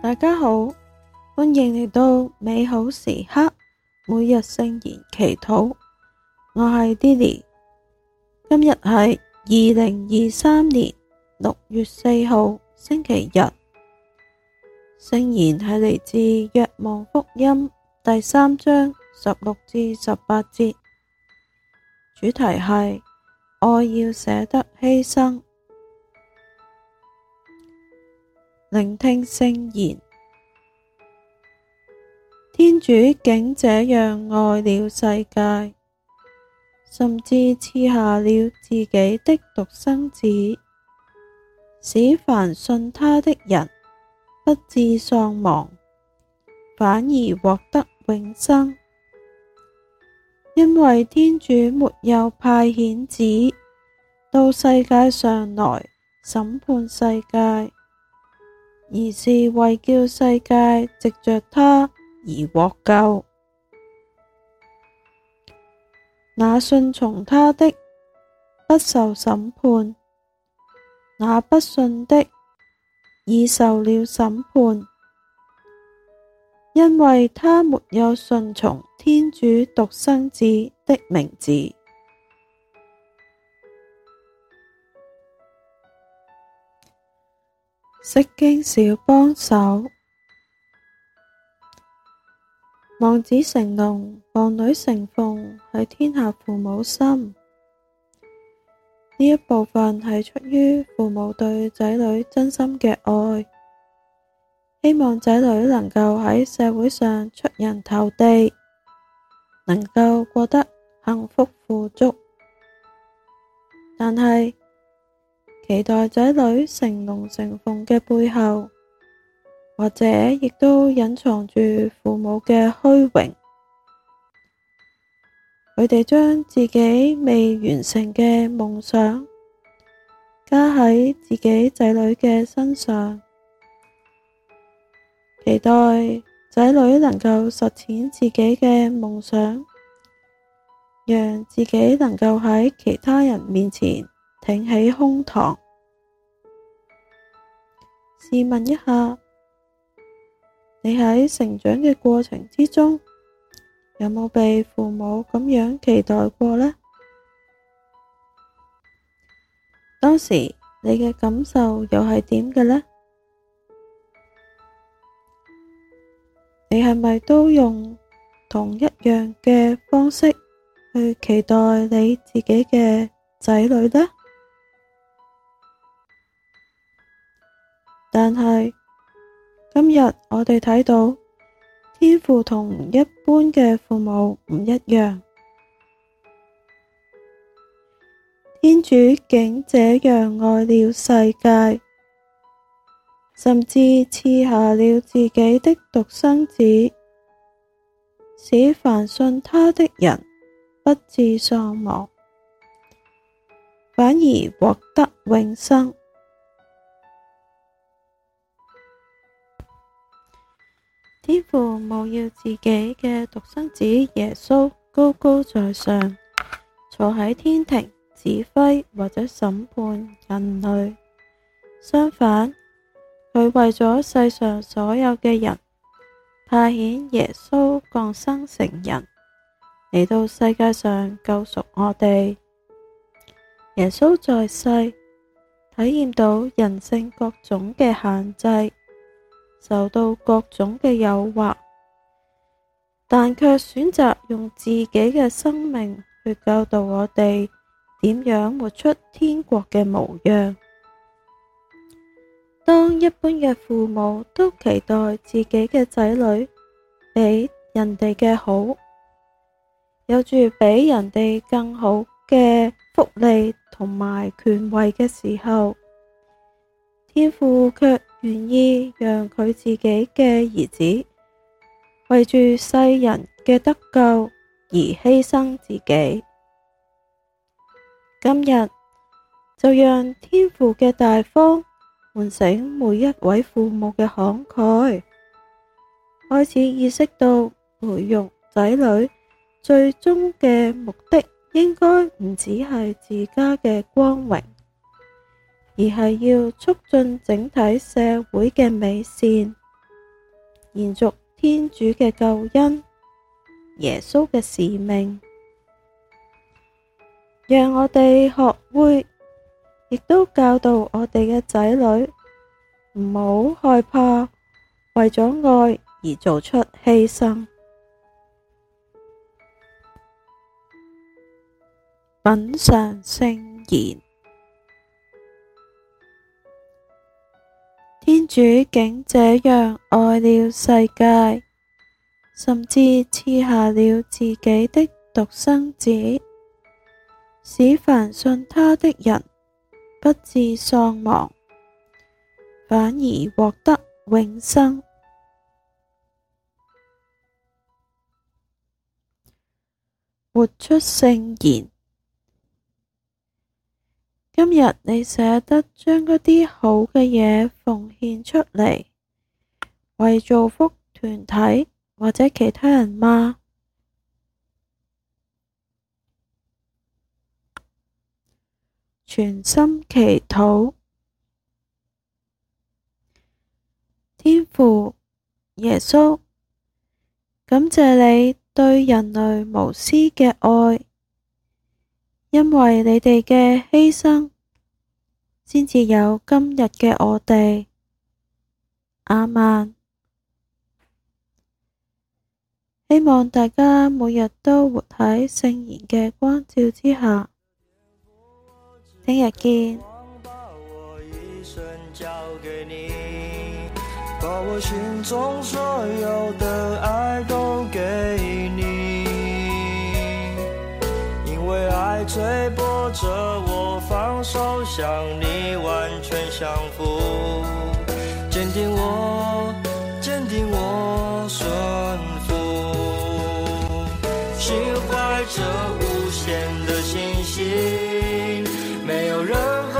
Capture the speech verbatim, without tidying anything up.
大家好，歡迎嚟到美好時刻每日聖言祈禱。我係 Lily， 今日係二零二三年六月四號星期日。聖言係嚟自《若望福音》第三章十六至十八節，主題係愛要捨得犧牲。聆聽聖言。天主竟這樣愛了世界，甚至賜下了自己的獨生子，使凡信他的人不致喪亡，反而獲得永生。因為天主沒有派遣子到世界上來審判世界，而是為叫世界藉着他而獲救。那信從他的，不受審判；那不信的，已受了審判，因為他沒有順從天主獨生子的名字。釋經小幫手。望子成龍，望女成鳳，係天下父母心。呢一部分係出於父母對仔女真心嘅愛，希望仔女能夠喺社會上出人頭地，能夠過得幸福富足。但係期待仔女成龍成鳳嘅背後，或者亦都隱藏住父母嘅虛榮。佢哋將自己未完成嘅夢想加喺自己仔女嘅身上，期待仔女能夠實踐自己嘅夢想，讓自己能夠喺其他人面前挺起胸膛。試問一下，你喺成長嘅過程之中，有冇被父母咁樣期待過呢？當時你嘅感受又係點嘅呢？你係咪都用同一樣嘅方式去期待你自己嘅仔女呢？但係今日我哋睇到天父同一般嘅父母唔一樣，天主竟這樣愛了世界，甚至賜下了自己的獨生子，使凡信他的人不致喪亡，反而獲得永生。天父務要自己嘅獨生子耶穌高高在上，坐喺天庭指揮或者審判人類。相反，佢為咗世上所有嘅人，派遣耶穌降生成人，嚟到世界上救贖我哋。耶穌在世，體驗到人性各種嘅限制，受到各種嘅誘惑，但卻選擇用自己嘅生命去教導我哋點樣活出天國嘅模樣。當一般嘅父母都期待自己嘅仔女比人哋嘅好，有住比人哋更好嘅福利同埋權位嘅時候，天父卻願意讓佢自己嘅兒子為住世人嘅得救而犧牲自己。今日就讓天父嘅大方喚醒每一位父母嘅慷慨，開始意識到培育仔女最終嘅目的應該唔只係自家嘅光榮，而係要促進整體社會嘅美善， 延續天主嘅救恩，耶穌嘅使命，讓我哋學會，亦都教導我哋嘅仔女，唔好害怕為咗愛而做出犧牲。品嚐聖言。天主竟這樣愛了世界，甚至賜下了自己的獨生子，使凡信他的人不致喪亡，反而獲得永生。活出聖言。今日你捨得將嗰啲好嘅嘢奉獻出嚟，為造福團體或者其他人嗎？全心祈禱。天父耶穌，感謝你對人類無私嘅愛，因為你哋嘅犧牲，先至有今日嘅我哋。阿們。希望大家每日都活喺聖言嘅光照之下。聽日見。把我心中所有的愛都給你，因為愛推波着我放手向你完全降服，堅定我堅定我順服，心懷着無限的信心，沒有任何